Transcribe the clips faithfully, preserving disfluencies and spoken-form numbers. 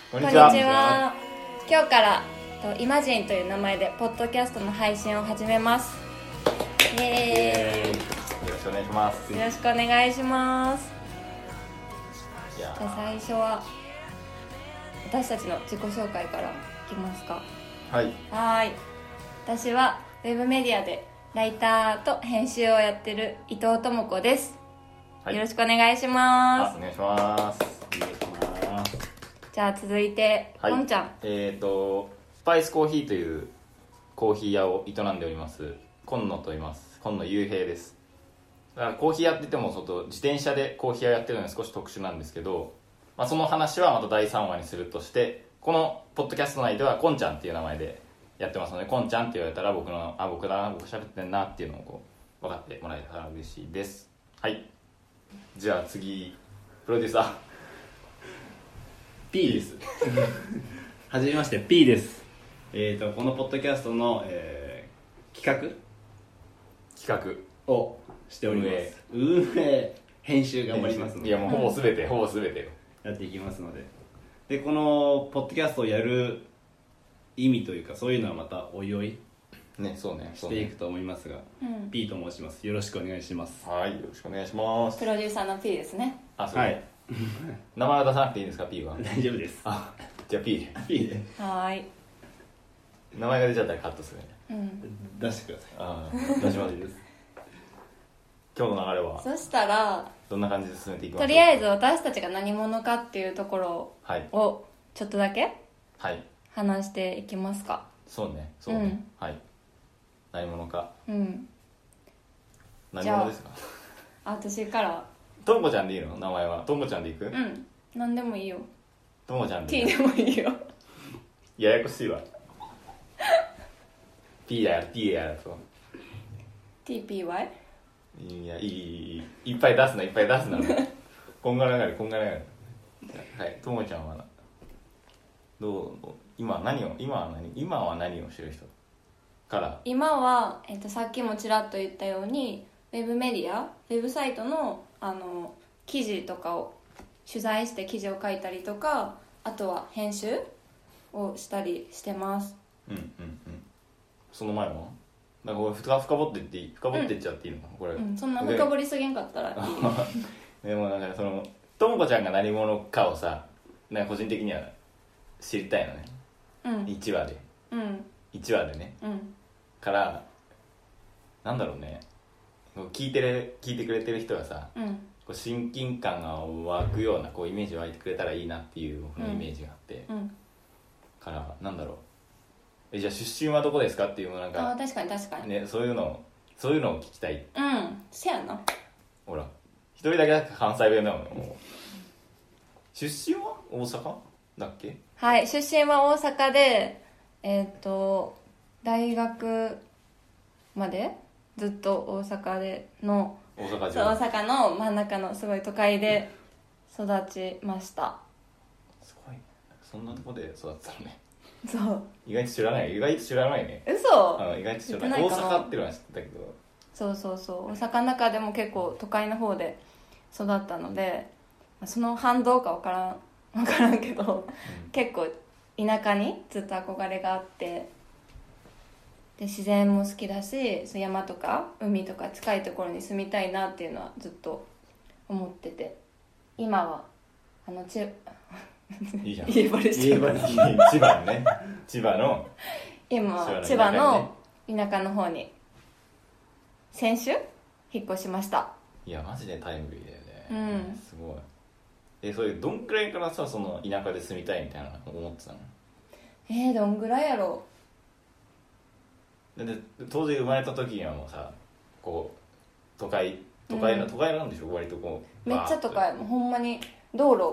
こんにちは。今日からイマジンという名前でポッドキャストの配信を始めます。イエーイ。 よろしくお願いします。 よろしくお願いします。 いやじゃあ最初は私たちの自己紹介からいきますか。 はいはい。私はウェブメディアでライターと編集をやってる伊藤智子です、はい、よろしくお願いします。 お願いします。お願いします。 じゃあ続いて、 はい、 こんちゃん。 えっ、ー、とスパイスコーヒーというコーヒー屋を営んでおります今野と言います。今野雄平です。だからコーヒー屋って言っても外自転車でコーヒー屋やってるので少し特殊なんですけど、まあ、その話はまただいさんわにするとして、このポッドキャスト内ではこんちゃんっていう名前でやってますので、こんちゃんって言われたら僕のあ僕だな僕喋ってんなっていうのをこう分かってもらえたら嬉しいです。はい。じゃあ次プロデューサー P ですはじめまして P です。えーとこのポッドキャストの、えー、企企画をしております。運営編集頑張りますので、 いやもうほぼ全て、うん、ほぼ全てよやっていきますので、でこのポッドキャストをやる意味というかそういうのはまたおいおいね、そうねしていくと思いますが、うん、P と申します。よろしくお願いします。 はい、よろしくお願いします。 プロデューサーの P ですね。 あ、そう、はい、名前は出さなくていいんですか P は。 大丈夫です。 あ、じゃあ P P ではい。 名前が出ちゃったらカットするね、 うん、 出してください。 ああ、出しますです今日の流れはそしたらどんな感じで進めていきますか。 とりあえず私たちが何者かっていうところをちょっとだけ話していきますか。 そうね、そうね、うん、はい。何者か。 うん。 何者ですか。 あ、私から。 ともこちゃんでいいの？名前はともこちゃんでいく？ うん。何でもいいよ。 ともこちゃんで。 T でもいいよ。 ややこしいわ。P だよ、T やると。 ティーピーワイ？ いや、いいいいいいいっぱい出すな、いっぱい出すな。こんがらがる、こんがらがる。はい、ともちゃんはどう？今は何を今は何今は何をしてる人から今は、えっと、さっきもちらっと言ったようにウェブメディアウェブサイトの、あの記事とかを取材して記事を書いたりとか、あとは編集をしたりしてます。 うんうんうん。その前はなんかこれ深掘っていっていい？深掘っていっちゃっていいのか、うん、これ、 うん、そんな深掘りすぎんかったらいいでもなんかそのともこちゃんが何者かをさ、なんか個人的には知りたいのね、うん、いちわで、うん、いちわでね、うん、からなんだろうね、聞いてる聞いてくれてる人がさ、うん、こう親近感が湧くようなこうイメージ湧いてくれたらいいなっていう僕のイメージがあって、うん、からなんだろう、えじゃあ出身はどこですかっていうのなんか、 あ確かに確かに、 ね、そういうのそういうのを聞きたい。 うんせやな。 ほら一人だけ関西弁だもんね。もう出身は大阪だっけ。 はい、出身は大阪で、えっと大学までずっと大阪での大阪そう大阪の真ん中のすごい都会で育ちました。 すごい、そんなとこで育ってたのね。 そう意外と知らない、意外と知らないね。 嘘。 うん、意外と知らない。大阪っていうのは知ってたけど、 そうそうそう、大阪の中でも結構都会の方で育ったので、その反動か分からん分からんけど、うん、結構田舎にずっと憧れがあって、で自然も好きだし、山とか海とか近いところに住みたいなっていうのはずっと思ってて、今はあのちいいじゃん家バレしちゃう千葉ね、千葉の今千葉の田舎の方に先週引っ越しました。 いやマジでタイムリーだよね、うん、すごい。えそういうどんくらいからさ、その田舎で住みたいみたいな思ってたの？ えー、どんぐらいやろう。で当時生まれた時にはもうさ、こう都会都会な、うん、都会なんでしょ割とこう。めっちゃ都会、もうほんまに道路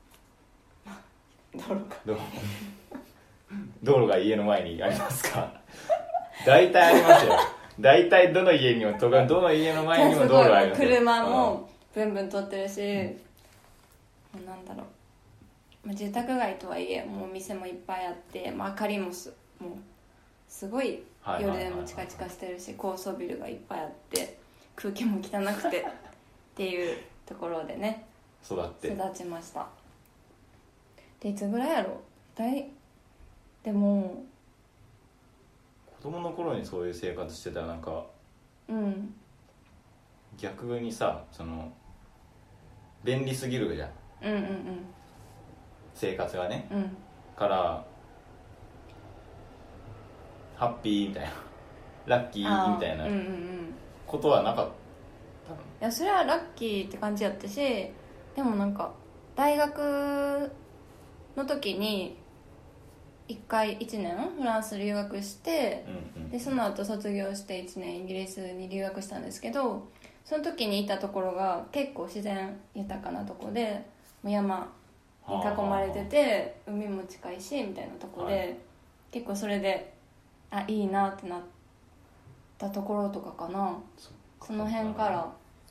道路か道路が家の前にありますか？大体ありますよ。大体どの家にも都会、どの家の前にも道路ありますよ。 車もブンブン通ってるし、うん、なんだろう、まあ、住宅街とはいえもう店もいっぱいあって、まあ、明かりもすもうすごい夜でもチカチカしてるし、高層ビルがいっぱいあって空気も汚くてっていうところでね育って育ちました。 でいつぐらいやろ大でも子供の頃にそういう生活してたらなんかうん逆にさその便利すぎるじゃんうんうん生活がねうんうんからハッピーみたいなラッキーみたいなうんうんうんことはなかったの？ いやそれはラッキーって感じやったし、でもなんか大学の時にいっかいいちねんフランス留学して、 うんうん、 でその後卒業していちねんイギリスに留学したんですけど、その時にいたところが結構自然豊かなとこで、もう山に囲まれてて海も近いしみたいなとこで、はい、結構それであいいなってなったところとかかな。 そ, その辺から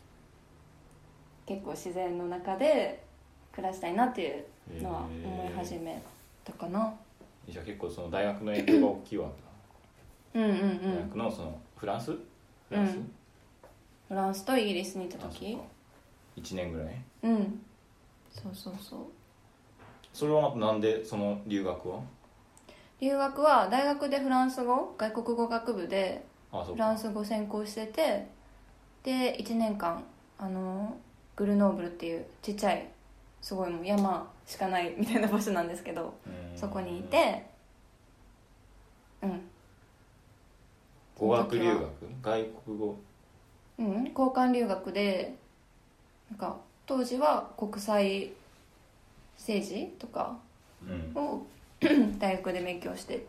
結構自然の中で暮らしたいなっていうのは思い始めたかな。 じゃあ結構その大学の影響が大きいわけだうんうんうん。 大学のそのフランスフランス、うん、 フランスとイギリスに行った時いちねんぐらい。 うんそうそうそう。 それはまたなんでその留学は留学は大学でフランス語外国語学部でフランス語専攻してて、でいちねんかんあのグルノーブルっていうちっちゃいすごいもう山しかないみたいな場所なんですけど、そこにいて、うん語学留学外国語うん交換留学で、なんか当時は国際政治とかを、うん、大学で勉強してって、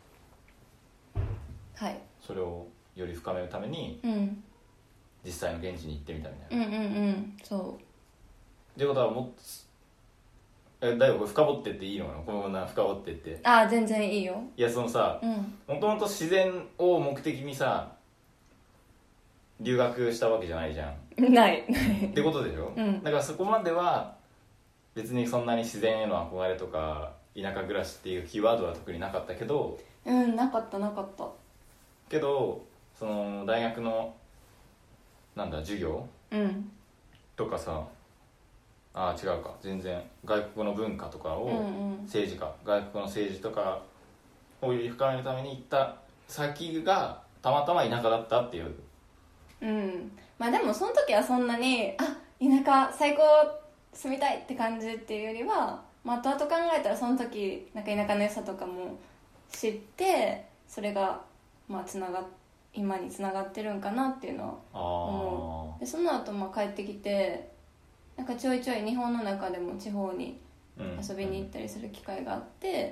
はいそれをより深めるために、うん、実際の現地に行ってみたみたいな。うんうんうんそうってことはもっとえだいぶこれ深掘ってっていいのかな、このな深掘ってってああ全然いいよ。 いやそのさ、もともと自然を目的にさ留学したわけじゃないじゃん。 ないってことでしょ、 うん、 だからそこまでは別にそんなに自然への憧れとか田舎暮らしっていうキーワードは特になかったけど、 うんなかったなかったけどその大学のなんだ授業、うん、とかさあ違うか全然外国の文化とかを、うんうん、政治か外国の政治とかをより深めるために行った先がたまたま田舎だったっていう。 うんまあでもその時はそんなにあ田舎最高住みたいって感じっていうよりは、まあ、後々考えたらその時なんか田舎の良さとかも知ってそれがまあつながっ今につながってるんかなっていうのは思う。でその後まあ帰ってきてなんかちょいちょい日本の中でも地方に遊びに行ったりする機会があって、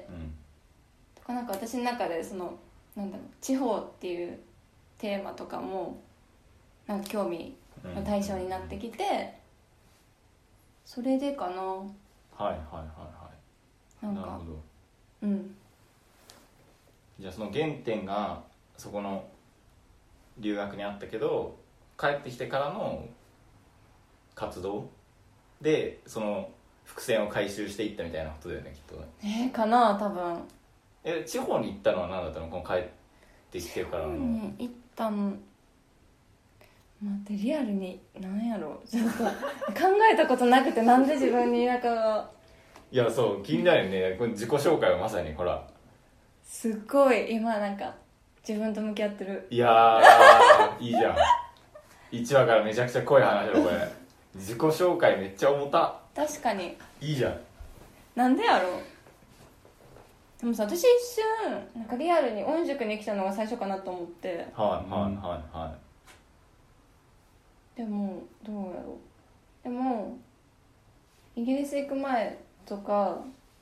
うん、とかなんか私の中でそのなんだろう地方っていうテーマとかもなんか興味の対象になってきて、それでかな。はいはいはいはいなんかなるほど。うんじゃあその原点がそこの留学にあったけど帰ってきてからの活動でその伏線を回収していったみたいなことだよねきっとね。 えー、かな多分。 え地方に行ったのは何だったの、この帰ってきてからの。地方に行ったの待ってリアルに何やろちょっと考えたことなくてなんで自分に田舎がいやそう気になるよねこれ自己紹介はまさにほらすっごい今なんか自分と向き合ってる。 いやーいいじゃんいちわからめちゃくちゃ濃い話だこれ自己紹介めっちゃ重た。 確かにいいじゃん。 なんでやろう。でもさ私一瞬なんかリアルに御宿に来たのが最初かなと思って。 はいはいはいはい。 でもどうやろう。でもイギリス行く前とか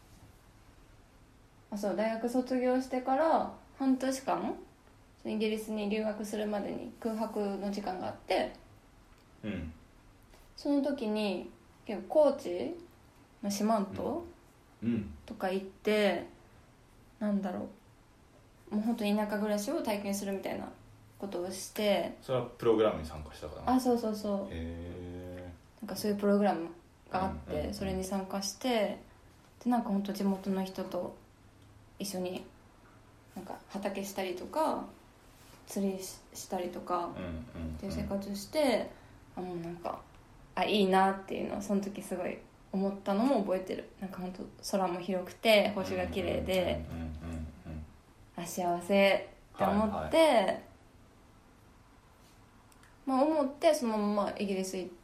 あそう大学卒業してから半年間イギリスに留学するまでに空白の時間があって、うん、その時に結構高知の四万十、うん、とか行ってなんだろうもう本当に田舎暮らしを体験するみたいなことをして。 それはプログラムに参加したかな。 あそうそうそう。へなんかそういうプログラムがあって、うんうんうん、それに参加してでなんか本当地元の人と一緒になんか畑したりとか釣りしたりとかっていう生活して、あもうなんかあいいなっていうのをその時すごい思ったのも覚えてる。なんか本当空も広くて星が綺麗で、 うんうんうんうんあ幸せって思って、 はいはまあ思ってそのままイギリス行って、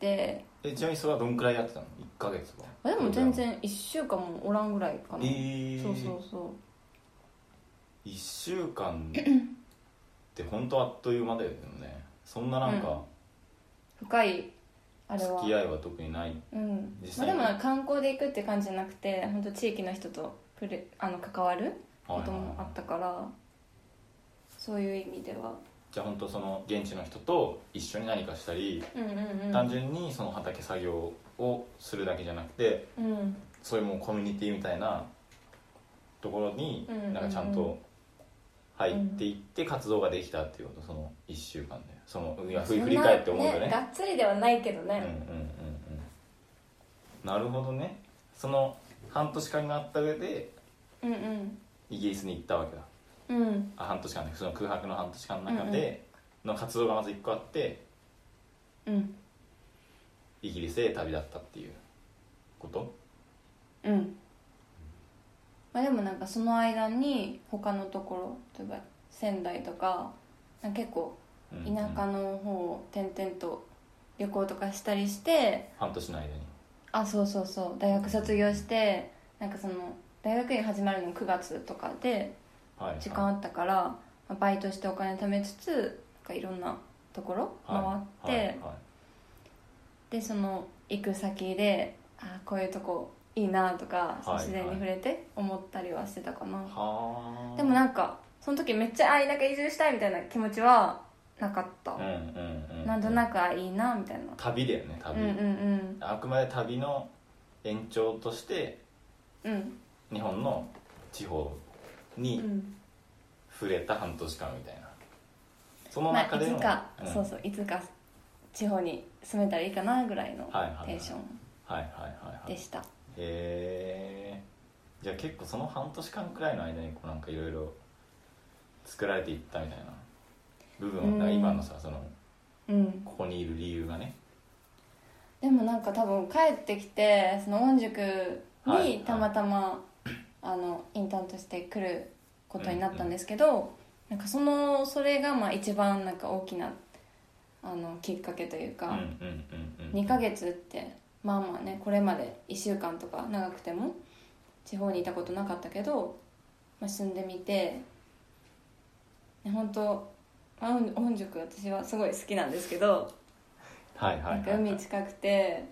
えちなみにそれはどんくらいやってたの？いっかげつか。 あでも全然いっしゅうかんもおらんぐらいかな。 えー、 そうそうそいっしゅうかんって本当あっという間だよね。そんななんか、 う深いあれは付き合いは特にない。 うん実際にまあ、でもなんか観光で行くって感じじゃなくて本当地域の人とプレあの関わることもあったから、そういう意味ではじゃあ本当その現地の人と一緒に何かしたり、 うんうんうん単純にその畑作業をするだけじゃなくて、 うんそういうもうコミュニティみたいなところにうんうんうんなんかちゃんと入っていって活動ができたっていうこと、そのいっしゅうかんで。そのいや振り振り返って思うとね、 がっつりではないけどね、 うんうんうんうんなるほどね。その半年間があった上でうんうんイギリスに行ったわけだ。 うんあ半年間でその空白の半年間の中での活動がまずいっこあって、 うんイギリスへ旅立ったっていうこと。 うんまあでもなんかその間に他のところ例えば仙台とかなんか結構田舎の方を転々と旅行とかしたりして、 半年の間に。 あそうそうそう大学卒業してなんかその大学院始まるのくがつとかではいはい時間あったから、まあバイトしてお金貯めつつなんかいろんなところ回って、 はいはいはい、 でその行く先であこういうとこいいなとか、 はい自然に触れて思ったりはしてたかな。 はでもなんかその時めっちゃあなんか移住したいみたいな気持ちはなかった、 うんうんうん、 なんとなくあいいなみたいな。 旅だよね旅、 うんうんあくまで旅の延長としてうんうん日本の地方にうん触れた半年間みたいな、そのまあ中での、 いつか、 うん、 そうそういつか地方に住めたらいいかなぐらいのはいはいはいテンションはいはいはいはいでした。 へえ。じゃあ結構その半年間くらいの間にこうなんかいろいろ作られていったみたいな部分が今のさ、そのうんここにいる理由がね。 でもなんか多分帰ってきてその御宿はいにたまたま、あのインターンとして来ることになったんですけど、なんかそのそれがまあ一番なんか大きなあのきっかけというか、 うんうんうんうんにかげつってまあまあねこれまでいっしゅうかんとか長くても地方にいたことなかったけど、まあ、住んでみて、ね、本当まあ御宿私はすごい好きなんですけど、 はいはいはい、 なんか海近くて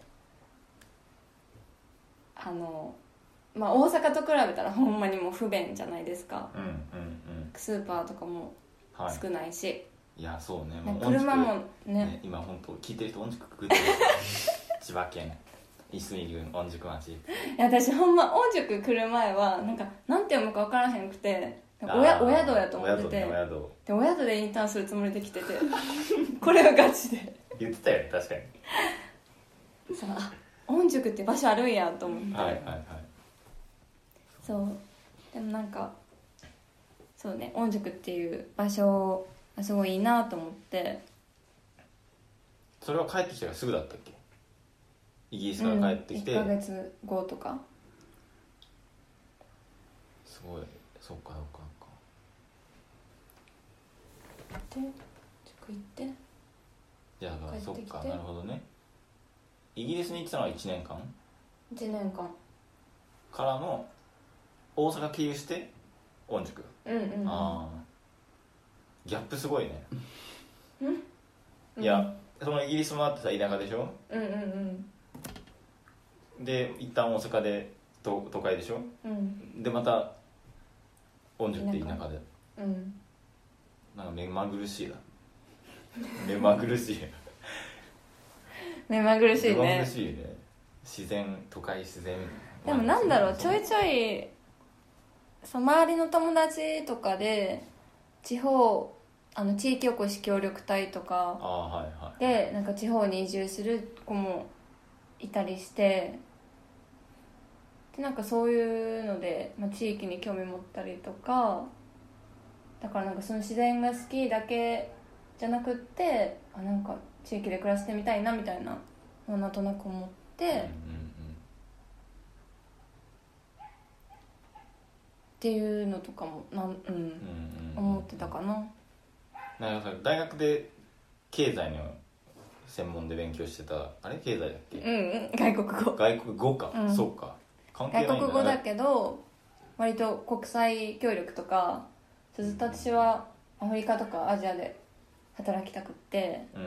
あの、まあ、大阪と比べたらほんまにもう不便じゃないですか。 うんうんうんスーパーとかもはい少ないし、 いやそうね、 なんもうか車もねね今本当聞いてる人御宿くぐってる千葉県いすみ郡御宿町。 いや私ほんま御宿来る前はなんかなんて読むか分からへんくておやお宿やと思ってて、 お宿ねお宿でお宿でインターンするつもりで来ててこれはガチで言ってたよね確かに。 そうあ御宿って場所あるんやと思って、 はいはいはい。 そうでもなんかそうね御宿っていう場所がすごいいいなと思って。 それは帰ってきてからすぐだったっけ？イギリスから帰ってきて、 うん、いっかげつごとか。 すごいそっかそっかそっか。 で塾行ってじゃあ帰ってきてそっかなるほどね。イギリスに行ってたのはいちねんかんいちねんかんからの大阪経由して御宿。 うんうん、うん、 ああギャップすごいね。 うんいやそのイギリスもあってさ田舎でしょ。 うんうんで一旦大阪で都都会でしょ。 うんでまた御宿って田舎でうんなんか目まぐるしいな目まぐるしい目まぐるしい目まぐるね。 しいね。自然都会自然でもなんだろうちょいちょいそう周りの友達とかで地方あの地域おこし協力隊とかああはいはいでなんか地方に移住する子もいたりしてでなんかそういうので、まあ、地域に興味持ったりとかだからなんかその自然が好きだけじゃなくってあなんか地域で暮らしてみたいなみたいなのをなんとなく思って、 うんうんっていうのとかもなん、うんうんうん、 思ってたかな。 なんかさ大学で経済の専門で勉強してたあれ経済だっけ？ うんうん外国語外国語か、うん、そうか関係ないんだ、ね、 外国語だけど割と国際協力とかずっと私はアフリカとかアジアで働きたくって、 うんうん、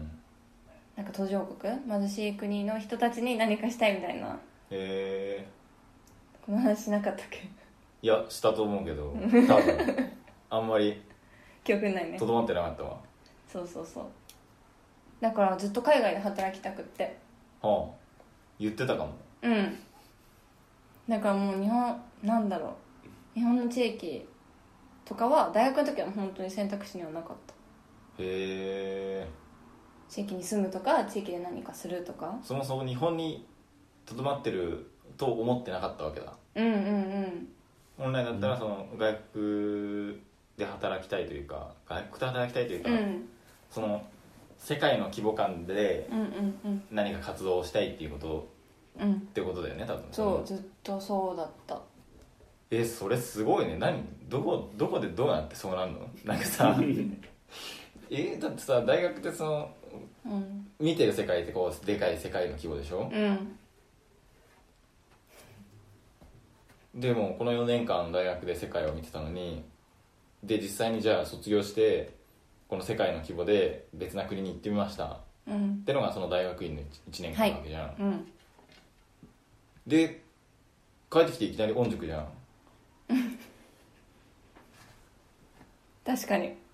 なんか途上国貧しい国の人たちに何かしたいみたいな。 へえ。 この話しなかったっけ？ いやしたと思うけど多分あんまり記憶ないね。 とどまってなかったわ。 そうそうそう。だからずっと海外で働きたくって。 はあ言ってたかも。 うん。だからもう日本なんだろう日本の地域とかは大学の時は本当に選択肢にはなかった。 へえ。 地域に住むとか地域で何かするとかそもそも日本にとどまってると思ってなかったわけだ。 うんうんうん本来だったらその外国で働きたいというか外国で働きたいというか、 うん、 その世界の規模感でうんうんうん何か活動をしたいっていうことうんってことだよね多分。 そうずっとそうだった。 えそれすごいね。何どこどこでどうなってそうなるの？なんかさえだってさ大学ってその、うん、見てる世界ってこうでかい世界の規模でしょ。 うんでもこのよねんかん大学で世界を見てたのにで実際にじゃあ卒業してこの世界の規模で別な国に行ってみました、うん、ってのがその大学院のいちねんかんなわけじゃん、はいうん、で帰ってきていきなり御宿じゃん確かに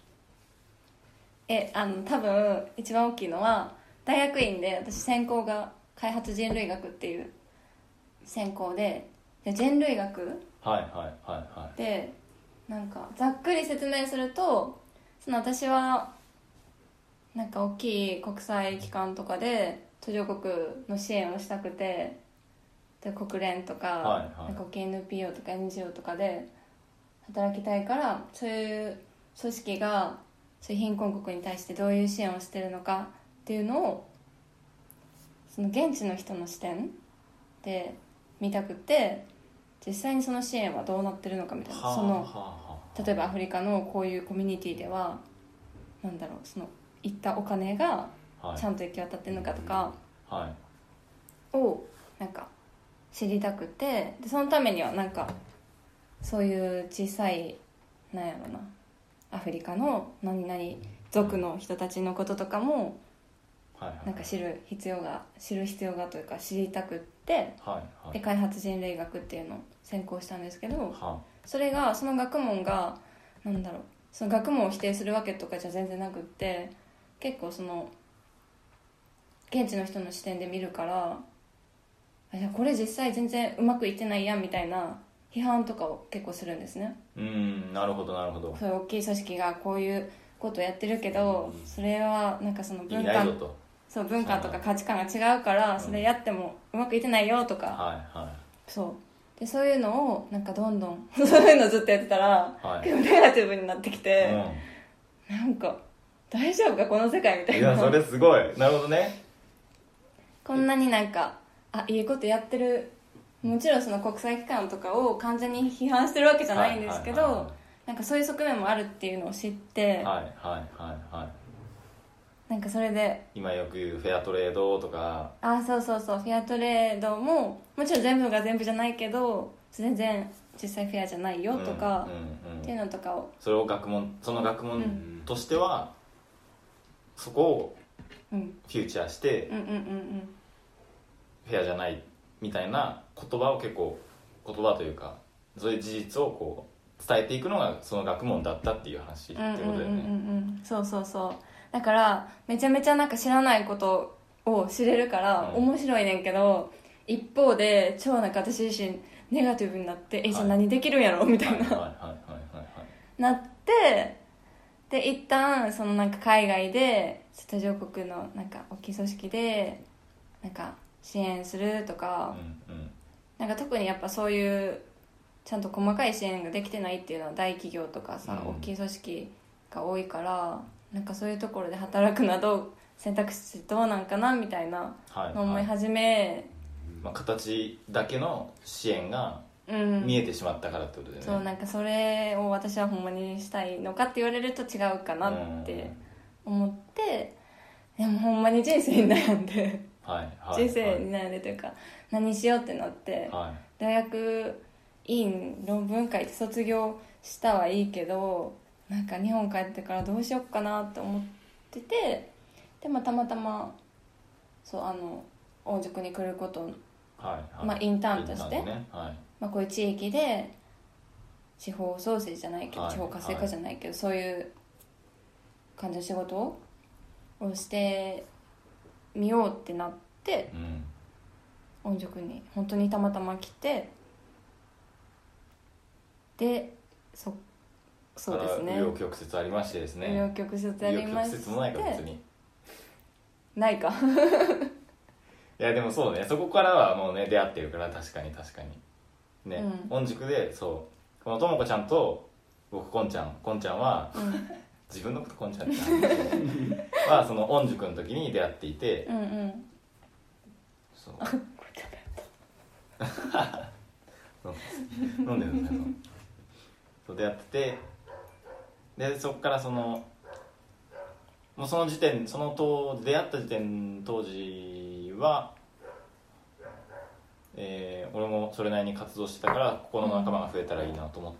えあの多分一番大きいのは大学院で私専攻が開発人類学っていう専攻でで人類学はいはいはいはいでなんかざっくり説明するとその私はなんか大きい国際機関とかで途上国の支援をしたくてで国連とか、はいはい、なんか大きい エヌピーオー とか エヌジーオー とかで働きたいからそういう組織がそういう貧困国に対してどういう支援をしてるのかっていうのをその現地の人の視点で見たくて実際にその支援はどうなってるのかみたいな、はあ、その、はあ、例えばアフリカのこういうコミュニティではなんだろうその行ったお金がちゃんと行き渡ってるのかとかをなんか知りたくてでそのためにはなんかそういう小さいなんやろなアフリカの何々族の人たちのこととかもなんか知る必要が知る必要がというか知りたくって、はいはい、で開発人類学っていうのを専攻したんですけど、はい、それがその学問がなんだろうその学問を否定するわけとかじゃ全然なくって結構その現地の人の視点で見るからいやこれ実際全然うまくいってないやんみたいな批判とかを結構するんですね。 うんなるほどなるほど。 そういう大きい組織がこういうことをやってるけどそれはなんかその文化そう文化とか価値観が違うからそれやってもうまくいってないよとか、はいはい、そうでそういうのをなんかどんどんそういうのずっとやってたら、はい、結構ネガティブになってきて、うん、なんか大丈夫かこの世界みたいな。 いやそれすごいなるほどね。 こんなになんかあいいことやってるもちろんその国際機関とかを完全に批判してるわけじゃないんですけど、はいはいはいはい、なんかそういう側面もあるっていうのを知って、はいはいはいはいなんかそれで今よく言うフェアトレードとかあそうそうそうフェアトレードももちろん全部が全部じゃないけど全然実際フェアじゃないよとか、うんうんうん、っていうのとかをそれを学問その学問としては、うん、そこをフューチャーして、うんうんうんうん、フェアじゃないみたいな言葉を結構言葉というかそういう事実をこう伝えていくのがその学問だったっていう話ってことだよね、うんうんうんうん、 そうそうそうだからめちゃめちゃなんか知らないことを知れるから面白いねんけど、うん、一方で超なんか私自身ネガティブになってえじゃあ何できるんやろみたいななってで一旦そのなんか海外で途上国のなんか大きい組織でなんか支援するとか、うんうん、なんか特にやっぱそういうちゃんと細かい支援ができてないっていうのは大企業とかさ、うん、大きい組織が多いからなんかそういうところで働くなど選択肢どうなんかなみたいなのを思い始め、はいはいまあ、形だけの支援がうん見えてしまったからってことでね、 そうなんかそれを私はほんまにしたいのかって言われると違うかなって思って、でもほんまに人生に悩んではいはい、 人生に悩んでというか何しようってなって、 はい、 大学院論文書いて卒業したはいいけどなんか日本帰ってからどうしようかなって思ってて、でもたまたまそうあの御宿に来ることを、 はいはい、 まあ、インターンとして、 ね、はい、 まあ、こういう地域で地方創生じゃないけど、 はい、 地方活性化じゃないけど、はい、そういう感じの仕事をしてみようってなって、うん、御宿に本当にたまたま来て、でそそうですね、 紆余曲折ありましてですね、 紆余曲折ありまして、 紆余曲折もないか別にないかいやでもそうね、そこからはもうね出会ってるから、確かに確かにね、御宿、うん、でそうこのともこちゃんと僕こんちゃんこんちゃんは、うん、自分のことこんちゃんってはその御宿の時に出会っていて、うんうん、そう飲んでるんだよそう出会ってて、でそこからそのもうその時点その当出会った時点当時は、えー、俺もそれなりに活動してたからここの仲間が増えたらいいなと思って、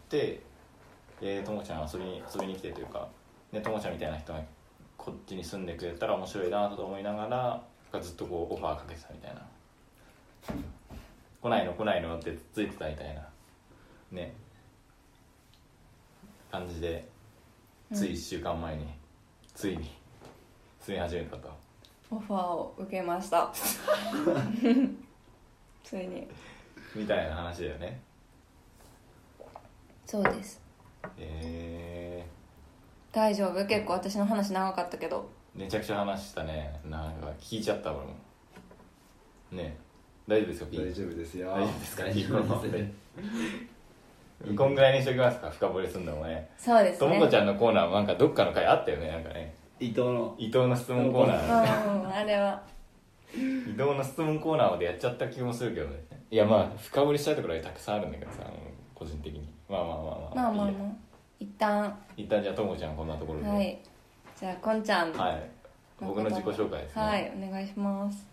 うん、えー、ともちゃん遊びに遊びに来てというか、ね、ともちゃんみたいな人がこっちに住んでくれたら面白いなと思いながらずっとこうオファーかけてたみたいな来ないの来ないのってついてたみたいなね感じで、ついいっしゅうかんまえに、うん、ついに住み始めたとオファーを受けましたついにみたいな話だよね。 そうです。 えー、大丈夫？結構私の話長かったけどめちゃくちゃ話したね。なんか聞いちゃった俺もね。大丈夫ですか？ 大丈夫ですよ。 大丈夫ですか？大丈夫ですねこんぐらいにしときますか、深掘りするのもね。 そうですね。 ともこちゃんのコーナーもなんかどっかの回あったよね、なんかね。 伊藤の伊藤の質問コーナー、 うん、あれは伊藤の質問コーナーまでやっちゃった気もするけどね。いやまあ深掘りしたいところはたくさんあるんだけどさ、個人的にまあまあまあまあまあまあまあ、まあ、一旦一旦じゃあともこちゃんこんなところで、 はい、じゃあこんちゃん、 はい、僕の自己紹介ですね。 はい、お願いします。